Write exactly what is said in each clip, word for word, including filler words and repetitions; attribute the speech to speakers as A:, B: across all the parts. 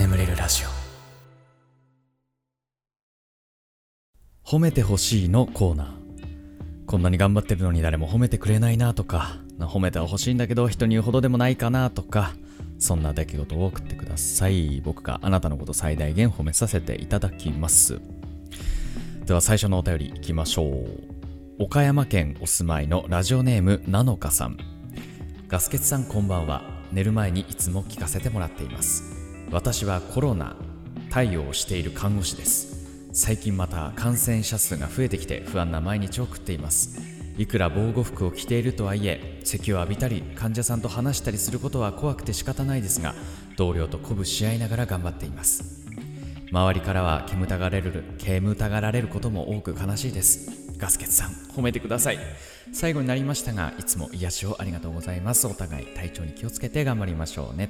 A: 眠れるラジオ。褒めてほしいのコーナー。こんなに頑張ってるのに誰も褒めてくれないなとか、褒めてほしいんだけど人に言うほどでもないかなとか、そんな出来事を送ってください。僕があなたのこと最大限褒めさせていただきます。では最初のお便りいきましょう。岡山県お住まいのラジオネームなのかさん。ガスケツさんこんばんは。寝る前にいつも聞かせてもらっています。私はコロナ対応をしている看護師です。最近また感染者数が増えてきて不安な毎日を送っています。いくら防護服を着ているとはいえ、咳を浴びたり患者さんと話したりすることは怖くて仕方ないですが、同僚と鼓舞し合いながら頑張っています。周りからは煙たがられる煙たがられることも多く悲しいです。ガスケツさん褒めてください。最後になりましたが、いつも癒しをありがとうございます。お互い体調に気をつけて頑張りましょうね。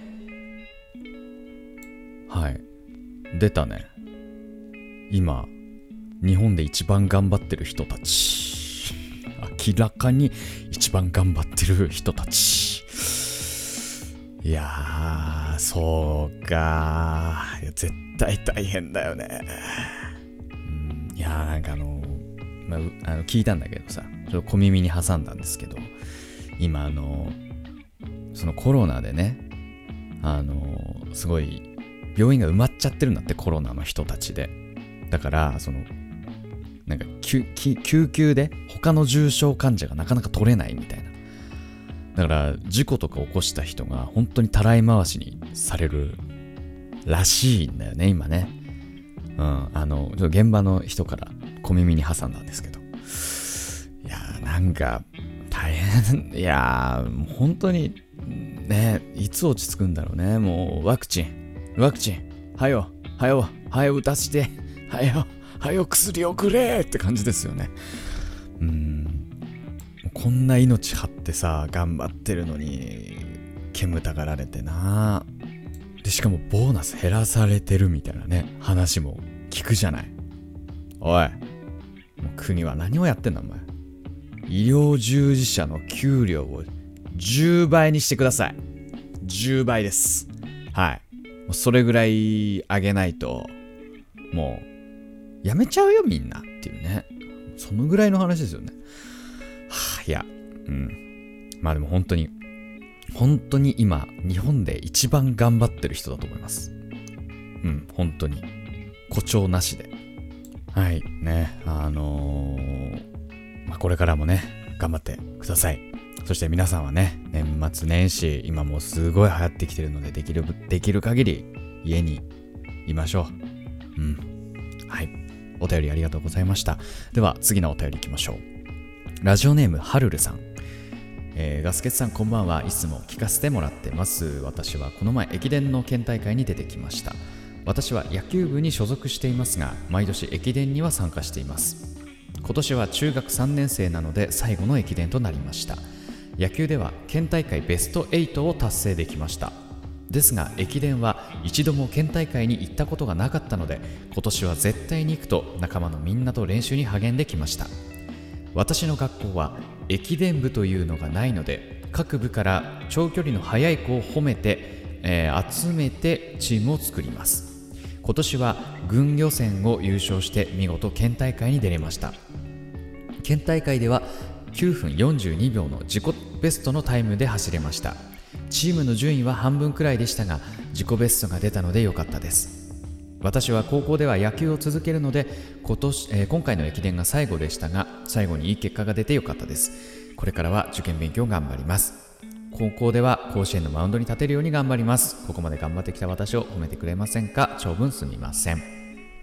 A: はい、出たね。今日本で一番頑張ってる人たち、明らかに一番頑張ってる人たち。いやー、そうかー。いや絶対大変だよね。うん、いやーなんかあのまあ、あの聞いたんだけどさ、ちょっと小耳に挟んだんですけど、今あのそのコロナでね、あのすごい病院が埋まっちゃってるんだって、コロナの人たちで。だからそのなんか救急で他の重症患者がなかなか取れないみたいな。だから事故とか起こした人が本当にたらい回しにされるらしいんだよね今ね。うん、あのちょっと現場の人から小耳に挟んだんですけど、いやーなんか大変。いやー本当にね、いつ落ち着くんだろうね。もうワクチンワクチンはよはよはよ打たして、はよはよ薬をくれって感じですよね。うーん、こんな命張ってさ頑張ってるのに煙たがられてな。でしかもボーナス減らされてるみたいなね話も聞くじゃない。おい、もう国は何をやってんだお前。医療従事者の給料をじゅうばいにしてください。じゅうばいです。はい、それぐらい上げないともうやめちゃうよみんなっていうね。そのぐらいの話ですよね。はあ、いや、うん。まあでも本当に本当に今日本で一番頑張ってる人だと思います。うん、本当に誇張なしで。はいね、あのー、まあこれからもね頑張ってください。そして皆さんはね、年末年始今もうすごい流行ってきてるので、できるできる限り家にいましょう。うん、はい、お便りありがとうございました。では次のお便りいきましょう。ラジオネームはるるさん。えー、ガスケツさんこんばんは。いつも聞かせてもらってます。私はこの前駅伝の県大会に出てきました。私は野球部に所属していますが、毎年駅伝には参加しています。今年は中学さんねん生なので最後の駅伝となりました。野球では県大会ベストはちを達成できました。ですが駅伝は一度も県大会に行ったことがなかったので、今年は絶対に行くと仲間のみんなと練習に励んできました。私の学校は駅伝部というのがないので、各部から長距離の速い子を褒めて、えー、集めてチームを作ります。今年は軍予選を優勝して見事県大会に出れました。県大会ではきゅうふんよんじゅうにびょうの自己ベストのタイムで走れました。チームの順位は半分くらいでしたが、自己ベストが出たので良かったです。私は高校では野球を続けるので、今年、えー、今回の駅伝が最後でしたが、最後にいい結果が出て良かったです。これからは受験勉強頑張ります。高校では甲子園のマウンドに立てるように頑張ります。ここまで頑張ってきた私を褒めてくれませんか。長文すみません。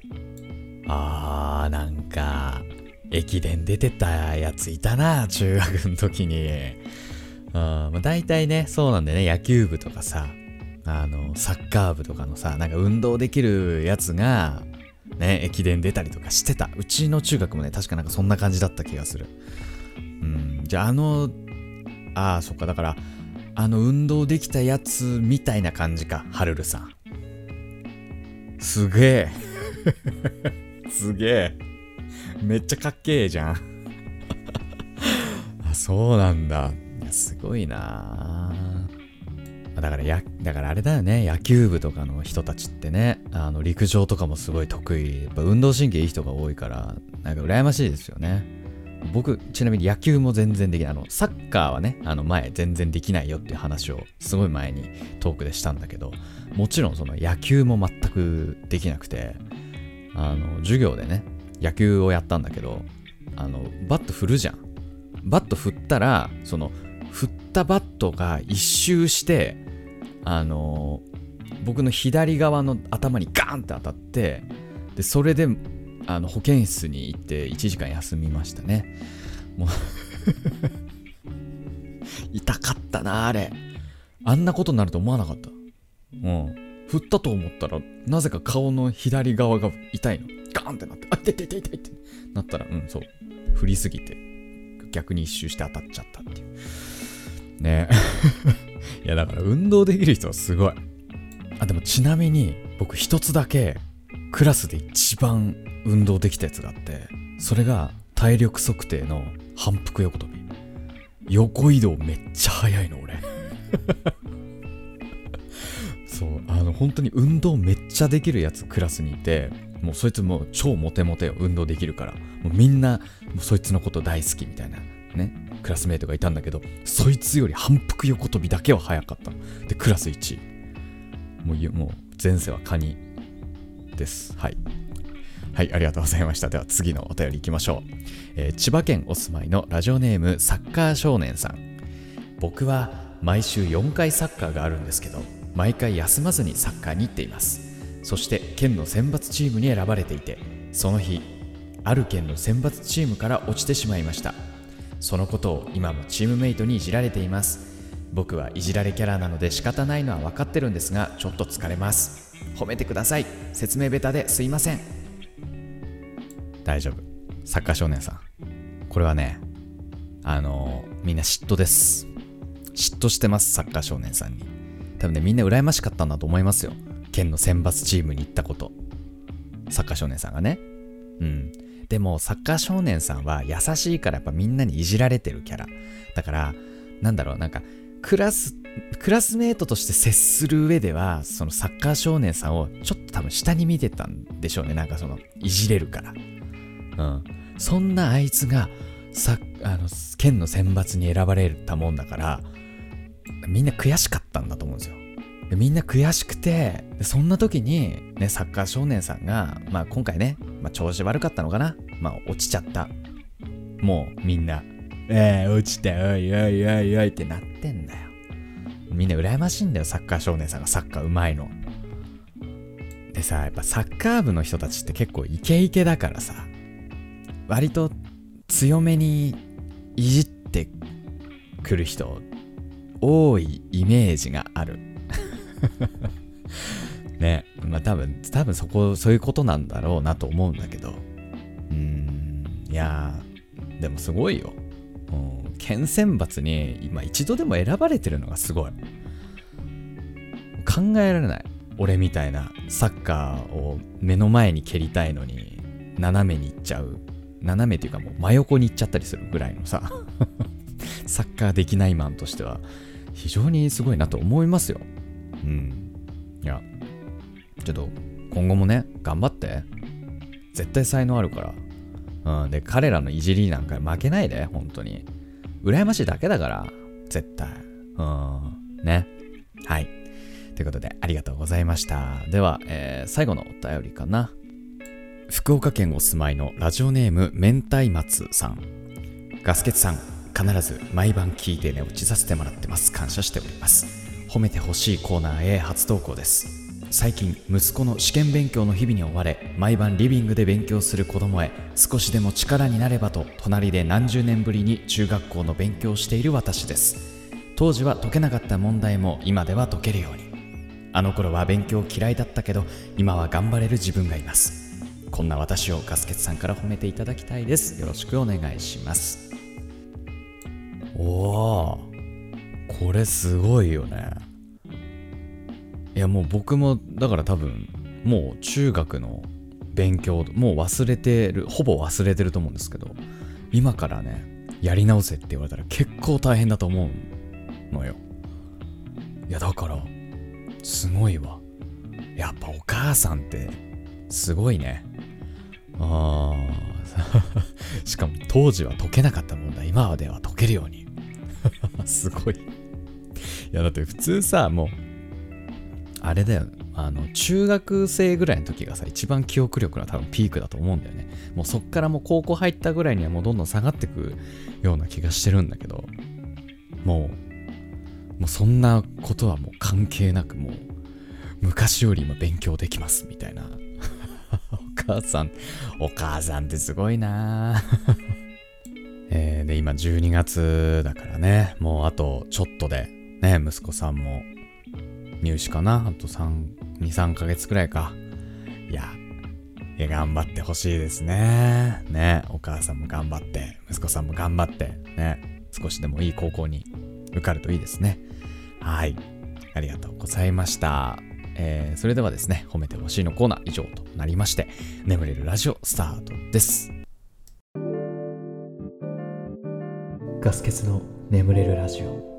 A: あー、なんか駅伝出てたやついたな、中学の時に。あ、まあ、大体ねそうなんでね、野球部とかさ、あのサッカー部とかのさ、なんか運動できるやつがね駅伝出たりとかしてた。うちの中学もね確かなんかそんな感じだった気がする。うん、じゃああのああそっか、だからあの運動できたやつみたいな感じか、はるるさん。すげえすげえ、めっちゃかっけえじゃんあ、そうなんだ。いやすごいな。 だからや、だからあれだよね、野球部とかの人たちってね、あの陸上とかもすごい得意、やっぱ運動神経いい人が多いから、なんか羨ましいですよね。僕、ちなみに野球も全然できない。あの、サッカーはね、あの前全然できないよっていう話をすごい前にトークでしたんだけど、もちろんその野球も全くできなくて、あの、授業でね、野球をやったんだけど、あの、バット振るじゃん。バット振ったら、その、振ったバットが一周して、あのー、僕の左側の頭にガーンって当たって、でそれであの保健室に行っていちじかん休みましたね。もう痛かったなあれ。あんなことになると思わなかった。うん。振ったと思ったらなぜか顔の左側が痛いの。ガーンってなって、あ、痛い痛い痛い痛いってなったら、うん、そう、振りすぎて逆に一周して当たっちゃったっていうね。いやだから運動できる人はすごい。あ、でもちなみに僕一つだけクラスで一番運動できたやつがあって、それが体力測定の反復横跳び。横移動めっちゃ速いの俺。そう、あの本当に運動めっちゃできるやつクラスにいて、もうそいつもう超モテモテよ、運動できるから。もうみんなもうそいつのこと大好きみたいなね。クラスメイトがいたんだけど、そいつより反復横跳びだけは早かったので、クラスいちい。もうもう前世はカニです。はいはい、ありがとうございました。では次のお便りいきましょう。えー、千葉県お住まいのラジオネームサッカー少年さん。僕は毎週よんかいサッカーがあるんですけど、毎回休まずにサッカーに行っています。そして県の選抜チームに選ばれていて、その日ある県の選抜チームから落ちてしまいました。そのことを今もチームメイトにいじられています。僕はいじられキャラなので仕方ないのは分かってるんですが、ちょっと疲れます。褒めてください。説明ベタですいません。大丈夫、サッカー少年さん。これはね、あのー、みんな嫉妬です。嫉妬してます、サッカー少年さんに。多分ね、みんな羨ましかったんだと思いますよ。県の選抜チームに行ったこと。サッカー少年さんがね。うん。でもサッカー少年さんは優しいからやっぱみんなにいじられてるキャラだから、なんだろう、なんかクラスクラスメートとして接する上では、そのサッカー少年さんをちょっと多分下に見てたんでしょうね。なんかそのいじれるから、うん、そんなあいつがさあの県の選抜に選ばれたもんだから、みんな悔しかったんだと思うんですよ。でみんな悔しくて、そんな時にね、サッカー少年さんが、まあ今回ね、まあ調子悪かったのかな、まあ落ちちゃった。もうみんな、えー、落ちた、おいおいおいおいってなってんだよ。みんな羨ましいんだよ、サッカー少年さんがサッカーうまいの。でさ、やっぱサッカー部の人たちって結構イケイケだからさ、割と強めにいじってくる人多いイメージがある。ね、まあ多分多分そこそういうことなんだろうなと思うんだけど、うーん、いやーでもすごいよ。うん、県選抜に今一度でも選ばれてるのがすごい。考えられない。俺みたいなサッカーを目の前に蹴りたいのに斜めに行っちゃう、斜めっていうかもう真横に行っちゃったりするぐらいのさサッカーできないマンとしては非常にすごいなと思いますよ。うん。いや、ちょっと今後もね、頑張って。絶対才能あるから。うん。で、彼らのいじりなんか負けないで、本当に。羨ましいだけだから、絶対。うん。ね。はい。ということで、ありがとうございました。では、えー、最後のお便りかな。福岡県お住まいのラジオネーム、明太松さん。ガスケツさん、必ず毎晩聞いて寝落ちさせてもらってます。感謝しております。褒めてほしいコーナーへ初投稿です。最近息子の試験勉強の日々に追われ、毎晩リビングで勉強する子供へ少しでも力になればと、隣で何十年ぶりに中学校の勉強をしている私です。当時は解けなかった問題も今では解けるように。あの頃は勉強嫌いだったけど、今は頑張れる自分がいます。こんな私をガスケツさんから褒めていただきたいです。よろしくお願いします。おー、これすごいよね。いやもう僕もだから多分もう中学の勉強もう忘れてる、ほぼ忘れてると思うんですけど、今からねやり直せって言われたら結構大変だと思うのよ。 いやだからすごいわ。やっぱお母さんってすごいね。あーしかも当時は解けなかったもんだ、今では解けるようにすごい。いやだって普通さ、もうあれだよ、あの中学生ぐらいの時がさ一番記憶力の多分ピークだと思うんだよね。もうそっからもう高校入ったぐらいにはもうどんどん下がってくような気がしてるんだけど、もうもうそんなことはもう関係なく、もう昔より今勉強できますみたいなお母さんお母さんってすごいなえー、で今じゅうにがつだからね、もうあとちょっとでね、息子さんも入試かな、あとに、さんかげつくらいか。いやいや頑張ってほしいですね。ね、お母さんも頑張って息子さんも頑張ってね、少しでもいい高校に受かるといいですね。はい、ありがとうございました。えー、それではですね、褒めてほしいのコーナー以上となりまして、眠れるラジオスタートです。ガス欠の眠れるラジオ。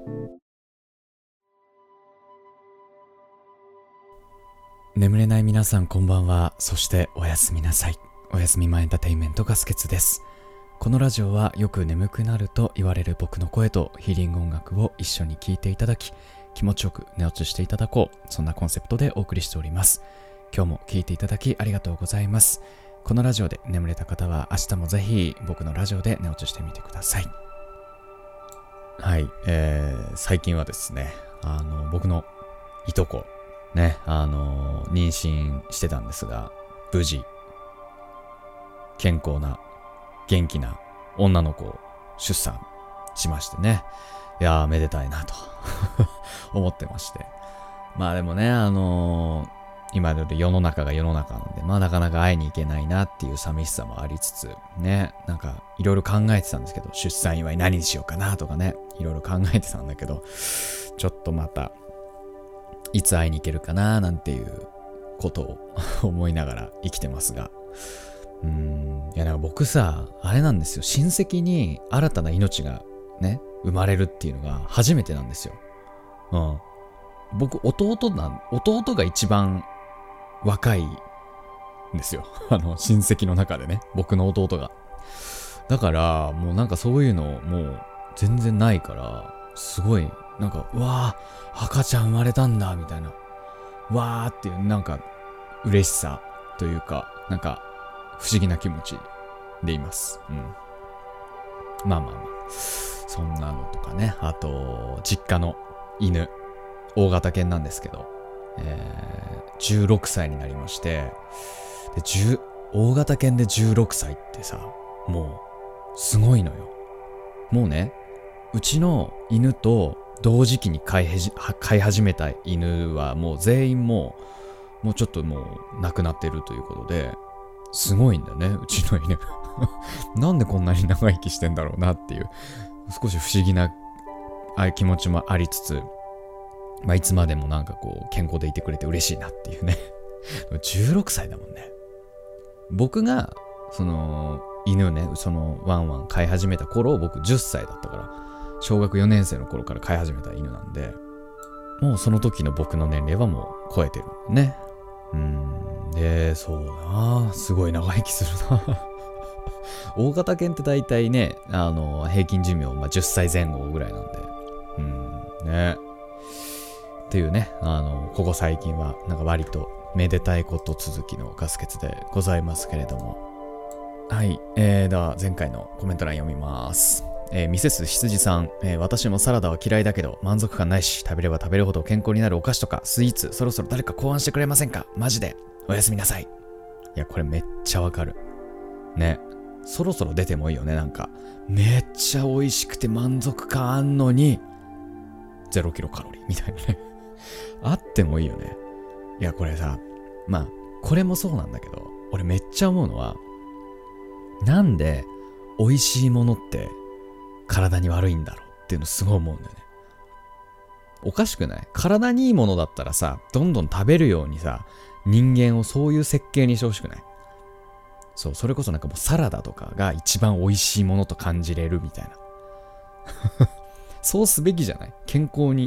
A: 眠れない皆さんこんばんは。そしておやすみなさい。おやすみマエンターテインメントガス欠です。このラジオはよく眠くなると言われる僕の声とヒーリング音楽を一緒に聴いていただき、気持ちよく寝落ちしていただこう、そんなコンセプトでお送りしております。今日も聴いていただきありがとうございます。このラジオで眠れた方は明日もぜひ僕のラジオで寝落ちしてみてください。はい、えー、最近はですね、あの僕のいとこね、あの妊娠してたんですが、無事健康な元気な女の子を出産しましてね、いやーめでたいなと思ってまして、まあでもね、あのー、今で世の中が世の中なんで、まあなかなか会いに行けないなっていう寂しさもありつつね、なんかいろいろ考えてたんですけど、出産祝い何にしようかなとかね、いろいろ考えてたんだけど、ちょっとまたいつ会いに行けるかななんていうことを思いながら生きてますが、うーん、いやなんか僕さ、あれなんですよ、親戚に新たな命がね生まれるっていうのが初めてなんですよ。うん。僕弟なん弟が一番若いんですよ。あの親戚の中でね、僕の弟が。だからもうなんかそういうのもう全然ないから、すごいなんかうわー赤ちゃん生まれたんだみたいな、わーっていうなんか嬉しさというか、なんか不思議な気持ちでいます。うん。まあまあまあ。そんなのとかね。あと、実家の犬。大型犬なんですけど、えー、じゅうろくさいになりまして、で、10大型犬でじゅうろくさいってさ、もう、すごいのよ。もうね、うちの犬と同時期に飼いはじ、飼い始めた犬はもう全員もう、もうちょっともう亡くなってるということで、すごいんだよね、うちの犬。なんでこんなに長生きしてんだろうなっていう、少し不思議な気持ちもありつつ、まあ、いつまでもなんかこう、健康でいてくれて嬉しいなっていうね。じゅうろくさいだもんね。僕が、その、犬ね、そのワンワン飼い始めた頃、僕じゅっさいだったから、小学よねん生の頃から飼い始めた犬なんで、もうその時の僕の年齢はもう超えてるね。うーん、で、そうな、すごい長生きするな。大型犬って大体ね、あの平均寿命、まあ、じゅっさいぜん後ぐらいなんで、うーんね。っていうね、あのここ最近はなんか割とめでたいこと続きのガス欠でございますけれども、はい、えー、では前回のコメント欄読みます。えー、ミセス羊さん、えー、私もサラダは嫌いだけど満足感ないし、食べれば食べるほど健康になるお菓子とかスイーツ、そろそろ誰か考案してくれませんか？マジでおやすみなさい。いや、これめっちゃわかるね。そろそろ出てもいいよね。なんかめっちゃ美味しくて満足感あんのにゼロキロカロリーみたいなね。あってもいいよね。いや、これさ、まあこれもそうなんだけど、俺めっちゃ思うのは、なんで美味しいものって体に悪いんだろうっていうのすごい思うんだよね。おかしくない？体にいいものだったらさ、どんどん食べるようにさ、人間をそういう設計にしてほしくない？そう、それこそなんかもうサラダとかが一番美味しいものと感じれるみたいな。そうすべきじゃない？健康に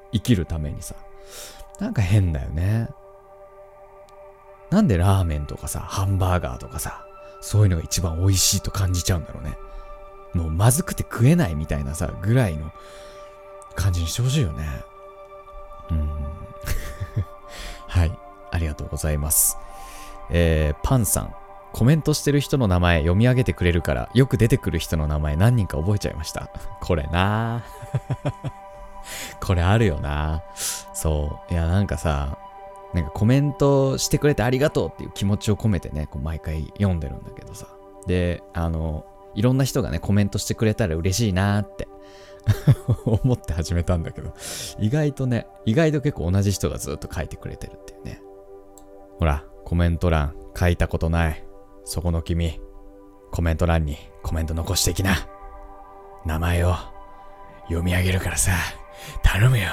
A: 生きるためにさ。なんか変だよね。なんでラーメンとかさ、ハンバーガーとかさ、そういうのが一番美味しいと感じちゃうんだろうね。もうまずくて食えないみたいなさ、ぐらいの感じにしてほしいよね。うん。はい。ありがとうございます。えー、パンさん。コメントしてる人の名前読み上げてくれるから、よく出てくる人の名前何人か覚えちゃいました。これなこれあるよな。そう。いや、なんかさ、なんかコメントしてくれてありがとうっていう気持ちを込めてね、こう毎回読んでるんだけどさ。で、あの、いろんな人がね、コメントしてくれたら嬉しいなーって思って始めたんだけど、意外とね、意外と結構同じ人がずっと書いてくれてるっていうね。ほら、コメント欄書いたことない。そこの君、コメント欄にコメント残してきな。名前を読み上げるからさ、頼むよ。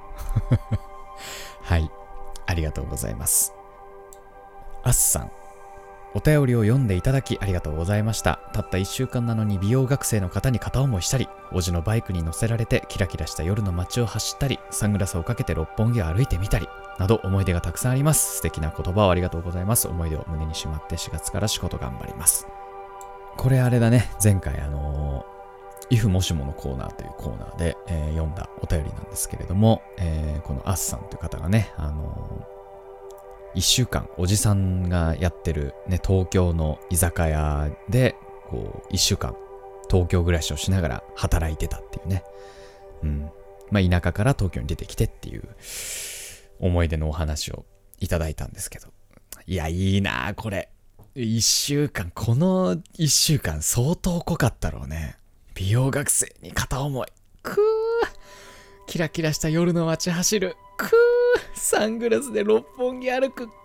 A: はい、ありがとうございます。あっさん、お便りを読んでいただきありがとうございました。たったいっしゅうかんなのに美容学生の方に片思いしたり、おじのバイクに乗せられてキラキラした夜の街を走ったり、サングラスをかけて六本木を歩いてみたり、など思い出がたくさんあります。素敵な言葉をありがとうございます。思い出を胸にしまってしがつから仕事頑張ります。これあれだね、前回あのー、if もしものコーナーというコーナーで、えー、読んだお便りなんですけれども、えー、このアッさんという方がね、あのー、いっしゅうかんおじさんがやってるね、東京の居酒屋で、こう、いっしゅうかん東京暮らしをしながら働いてたっていうね。うん。まあ、田舎から東京に出てきてっていう思い出のお話をいただいたんですけど。いや、いいなあこれ。いっしゅうかん、このいっしゅうかん相当濃かったろうね。美容学生に片思い。くー。キラキラした夜の街走る。くー。サングラスで六本木歩く。く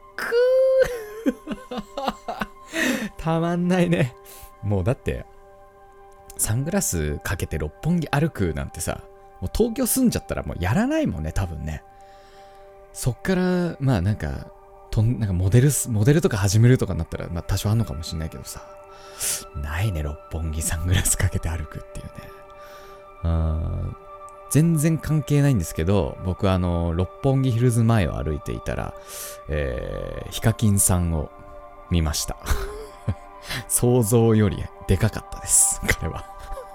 A: ー。たまんないね。もうだって、サングラスかけて六本木歩くなんてさ、もう東京住んじゃったらもうやらないもんね、多分ね。そっから、まあなんか、とんなんかモデルス、モデルとか始めるとかになったら、まあ多少あんのかもしんないけどさ。ないね、六本木サングラスかけて歩くっていうね。うーん、全然関係ないんですけど、僕あの、六本木ヒルズ前を歩いていたら、えー、ヒカキンさんを見ました。想像よりでかかったです、彼は。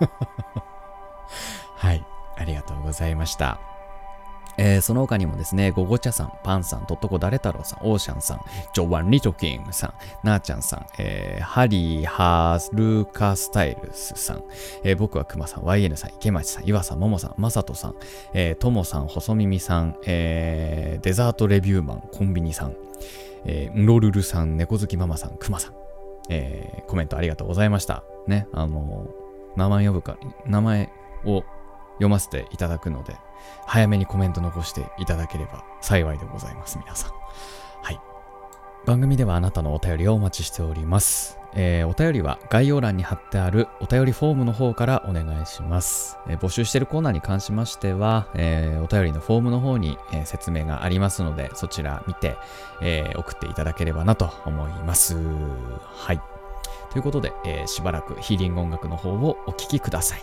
A: はい、ありがとうございました。えー、その他にもですね、ゴゴチャさん、パンさん、トットコダレ太郎さん、オーシャンさん、ジョバン・リトキングさん、ナーちゃんさん、えー、ハリー・ハールカスタイルスさん、えー、僕はクマさん、ワイエヌ さん、池町さん、岩さん、ももさん、まさとさん、えー、ともさん、細耳さん、えー、デザートレビューマン、コンビニさん、えー、ンロルルさん、猫好きママさん、クマさん、えー、コメントありがとうございました。ね、あのー、名前呼ぶか、名前を読ませていただくので、早めにコメント残していただければ幸いでございます、皆さん。はい。番組ではあなたのお便りをお待ちしております。えー、お便りは概要欄に貼ってあるお便りフォームの方からお願いします。えー、募集しているコーナーに関しましては、えー、お便りのフォームの方に、えー、説明がありますので、そちら見て、えー、送っていただければなと思います。はい。ということで、えー、しばらくヒーリング音楽の方をお聴きください。 、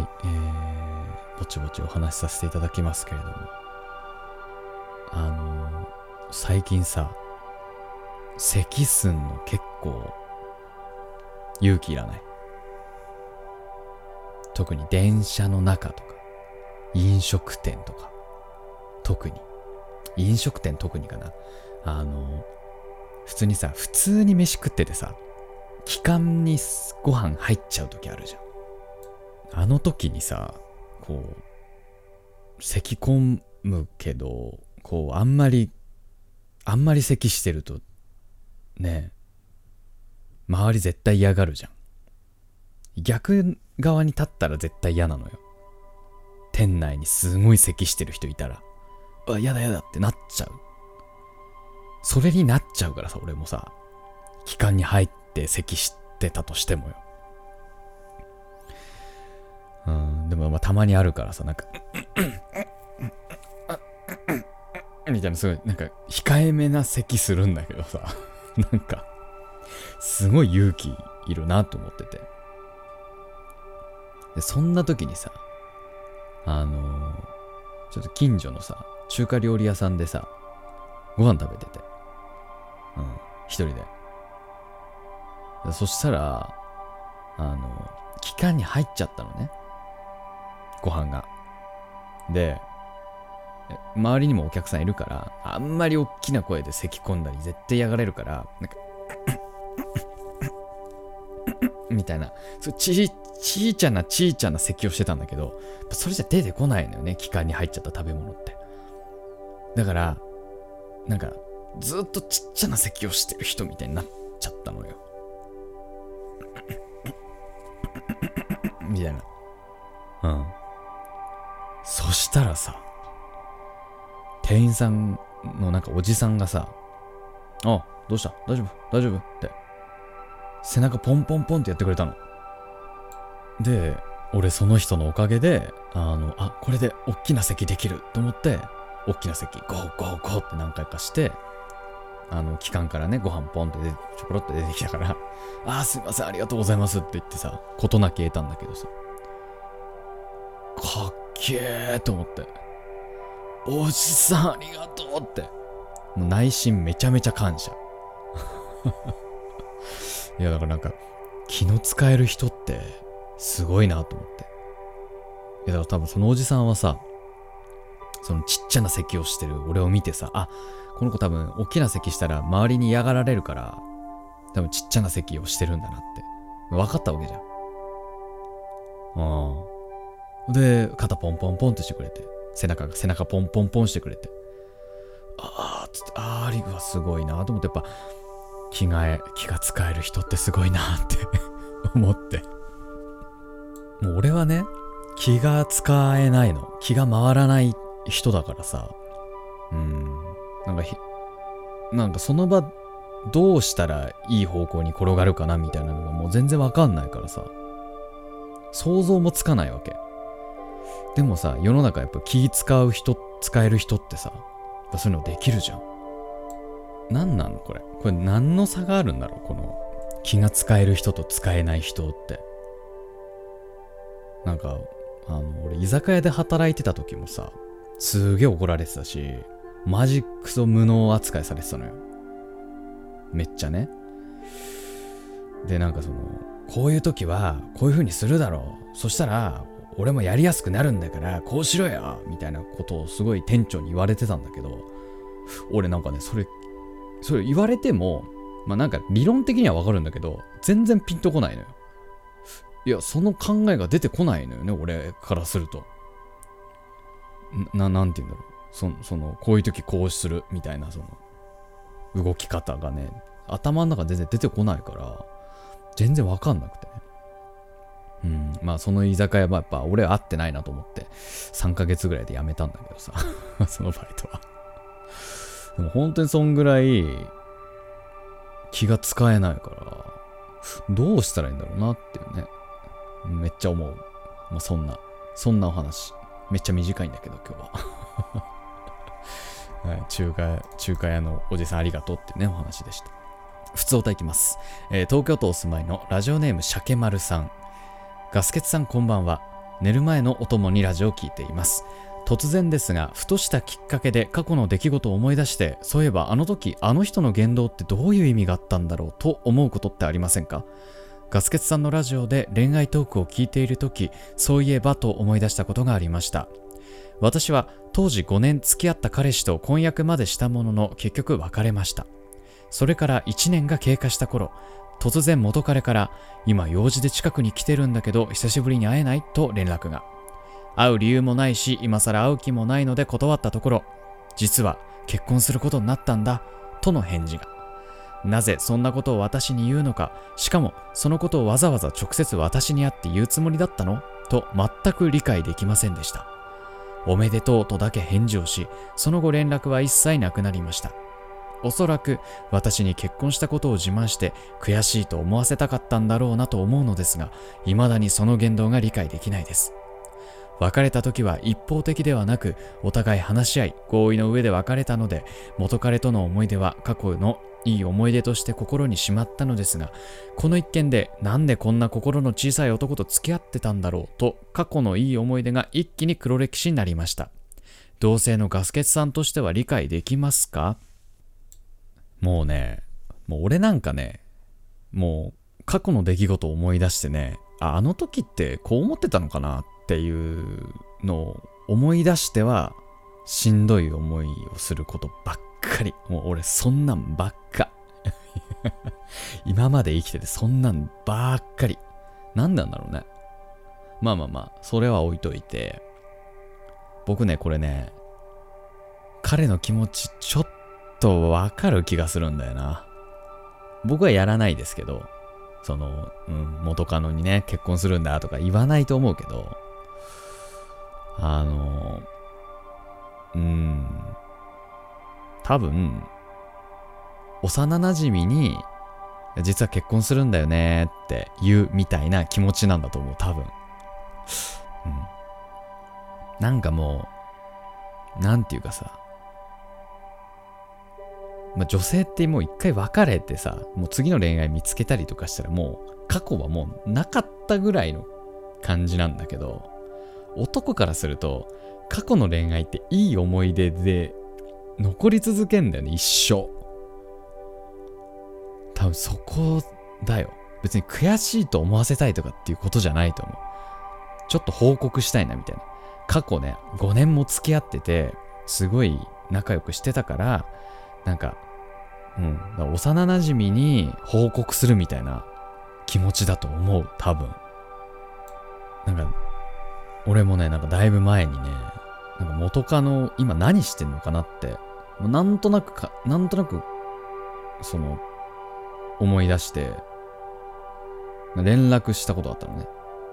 A: えー、ぼちぼちお話しさせていただきますけれども、あのー、最近さ、咳すんの結構勇気いらない？特に電車の中とか飲食店とか、特に飲食店特にかな。あの普通にさ、普通に飯食っててさ、気管にご飯入っちゃう時あるじゃん。あの時にさ、こう咳込むけど、こうあんまりあんまり咳してるとね、周り絶対嫌がるじゃん。逆側に立ったら絶対嫌なのよ。店内にすごい咳してる人いたら、うわ、やだやだってなっちゃう。それになっちゃうからさ、俺もさ、気管に入って咳してたとしてもよ。うん、でもまあたまにあるからさ、なんかみたいな、すごいなんか控えめな咳するんだけどさ、なんかすごい勇気いるなと思ってて。でそんな時にさ、あのー、ちょっと近所のさ、中華料理屋さんでさ、ご飯食べてて、うん、一人で。でそしたら、あのー、気管に入っちゃったのね、ご飯が。で、周りにもお客さんいるから、あんまり大きな声で咳込んだり絶対嫌がれるから、なんかみたいな、そうちちいちゃなちいちゃな咳をしてたんだけど、それじゃ出てこないのよね、気管に入っちゃった食べ物って。だからなんかずっとちっちゃな咳をしてる人みたいになっちゃったのよみたいな。うん。そしたらさ、店員さんのなんかおじさんがさ、あ、どうした？大丈夫？大丈夫？って背中ポンポンポンってやってくれたの。で、俺その人のおかげで、あの、あ、これで大きな咳できると思って、大きな咳、ゴーゴーゴーって何回かして、あの、気管からね、ご飯ポンってちょころっと出てきたから、あーすいません、ありがとうございますって言ってさ、事なき得たんだけどさ、かっけーと思って、おじさんありがとうって、もう内心めちゃめちゃ感謝。いやだからなんか気の使える人ってすごいなと思って。いやだから多分そのおじさんはさ、そのちっちゃな咳をしてる俺を見てさ、あ、この子多分大きな咳したら周りに嫌がられるから、多分ちっちゃな咳をしてるんだなって分かったわけじゃん。ああ。で肩ポンポンポンってしてくれて、背中が背中ポンポンポンしてくれて、ああつって、ああリグはすごいなと思って、やっぱ気がえ気が使える人ってすごいなって思って。もう俺はね、気が使えないの、気が回らない人だからさ、うーん、なんかひなんかその場どうしたらいい方向に転がるかなみたいなのがもう全然わかんないからさ、想像もつかないわけ。でもさ、世の中やっぱ気使う人、使える人ってさ、やっぱそういうのできるじゃん。なんなのこれこれ何の差があるんだろう、この気が使える人と使えない人って。なんかあの俺居酒屋で働いてた時もさ、すげえ怒られてたし、マジクソ無能扱いされてたのよ、めっちゃね。でなんかその、こういう時はこういう風にするだろう、そしたら俺もやりやすくなるんだからこうしろよみたいなことをすごい店長に言われてたんだけど、俺なんかね、それそれ言われても、まあなんか理論的にはわかるんだけど、全然ピンとこないのよ。いや、その考えが出てこないのよね、俺からすると。な、なんて言うんだろう。そ, その、こういう時こうするみたいな、その、動き方がね、頭の中全然出てこないから、全然わかんなくてね。うん、まあその居酒屋はやっぱ俺合ってないなと思って、さんかげつぐらいで辞めたんだけどさ、そのバイトは。でも本当にそんぐらい気が使えないから、どうしたらいいんだろうなっていうね、めっちゃ思う。まあそんなそんなお話、めっちゃ短いんだけど今日は、はい、中華中華屋のおじさんありがとうってねお話でした。普通歌いきます、えー、東京都お住まいのラジオネームシャケマルさん。ガスケツさんこんばんは。 寝る前のお供にラジオを聞いています。突然ですが、ふとしたきっかけで過去の出来事を思い出して、そういえばあの時あの人の言動ってどういう意味があったんだろうと思うことってありませんか？ガスケツさんのラジオで恋愛トークを聞いている時、そういえばと思い出したことがありました。私は当時ごねん付き合った彼氏と婚約までしたものの結局別れました。それからいちねんが経過した頃、突然元彼から今用事で近くに来てるんだけど久しぶりに会えないと連絡が。会う理由もないし今更会う気もないので断ったところ、実は結婚することになったんだとの返事が。なぜそんなことを私に言うのか、しかもそのことをわざわざ直接私に会って言うつもりだったのと全く理解できませんでした。おめでとうとだけ返事をし、その後連絡は一切なくなりました。おそらく私に結婚したことを自慢して悔しいと思わせたかったんだろうなと思うのですが、未だにその言動が理解できないです。別れた時は一方的ではなく、お互い話し合い合意の上で別れたので、元彼との思い出は過去のいい思い出として心にしまったのですが、この一件でなんでこんな心の小さい男と付き合ってたんだろうと、過去のいい思い出が一気に黒歴史になりました。同性のガスケツさんとしては理解できますか？もうね、もう俺なんかね、もう過去の出来事を思い出してね、あ、あの時ってこう思ってたのかなっていうのを思い出してはしんどい思いをすることばっかり。もう俺そんなんばっか今まで生きててそんなんばっかり。なんなんだろうね。まあまあまあそれは置いといて、僕ねこれね彼の気持ちちょっとわかる気がするんだよな。僕はやらないですけど、その、うん、元カノにね結婚するんだとか言わないと思うけど、あのうん多分幼馴染に実は結婚するんだよねって言うみたいな気持ちなんだと思う、多分。うん、なんかもうなんていうかさ、まあ、女性ってもう一回別れてさ、もう次の恋愛見つけたりとかしたらもう過去はもうなかったぐらいの感じなんだけど、男からすると過去の恋愛っていい思い出で残り続けんだよね、一生。多分そこだよ。別に悔しいと思わせたいとかっていうことじゃないと思う。ちょっと報告したいなみたいな。過去ねごねんも付き合っててすごい仲良くしてたから、なんかうんだから幼馴染に報告するみたいな気持ちだと思う、多分。なんか俺もねなんかだいぶ前にね、なんか元カノ今何してんのかなってなんとなくかなんとなくその思い出して連絡したことがあったのね。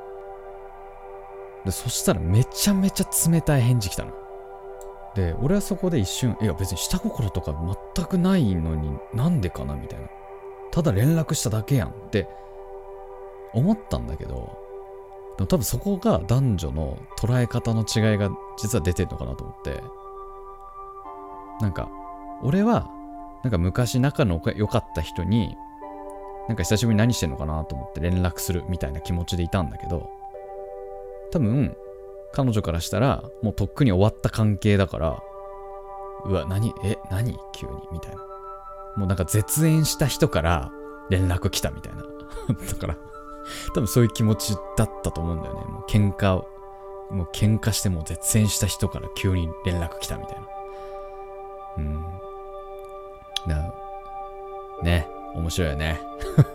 A: でそしたらめちゃめちゃ冷たい返事来たので、俺はそこで一瞬、いや別に下心とか全くないのになんでかなみたいな、ただ連絡しただけやんって思ったんだけど、でも多分そこが男女の捉え方の違いが実は出てるのかなと思って、なんか俺はなんか昔仲の良かった人になんか久しぶりに何してんのかなと思って連絡するみたいな気持ちでいたんだけど、多分彼女からしたらもうとっくに終わった関係だから、うわ何え何急にみたいな、もうなんか絶縁した人から連絡来たみたいなだから多分そういう気持ちだったと思うんだよね。もう喧嘩もう喧嘩してもう絶縁した人から急に連絡来たみたいな。うんなね面白いよね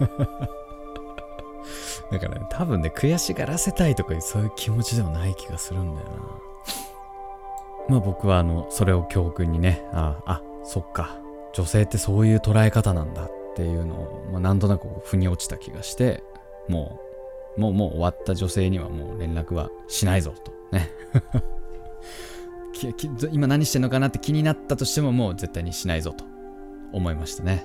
A: だから、ね、多分ね悔しがらせたいとかいうそういう気持ちでもない気がするんだよな。まあ僕はあのそれを教訓にね、ああそっか女性ってそういう捉え方なんだっていうのを、まあ、なんとなく腑に落ちた気がして、もうもうもう終わった女性にはもう連絡はしないぞとね今何してんのかなって気になったとしてももう絶対にしないぞと思いましたね。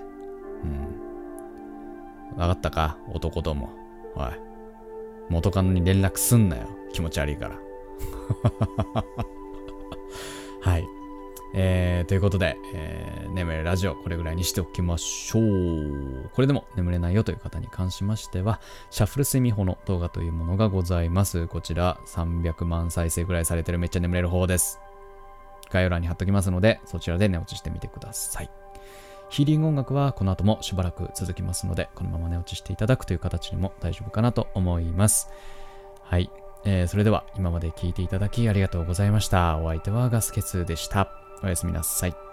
A: うん。分かったか男ども。おい元カノに連絡すんなよ、気持ち悪いからはい。 えー、ということで、えー、眠れるラジオこれぐらいにしておきましょう。これでも眠れないよという方に関しましては、シャッフル睡眠法の動画というものがございます。こちらさんびゃくまん再生ぐらいされてるめっちゃ眠れる方です。概要欄に貼っときますので、そちらで寝落ちしてみてください。ヒーリング音楽はこの後もしばらく続きますので、このまま寝落ちしていただくという形にも大丈夫かなと思います。はい、えー、それでは今まで聞いていただきありがとうございました。お相手はガスケツでした。おやすみなさい。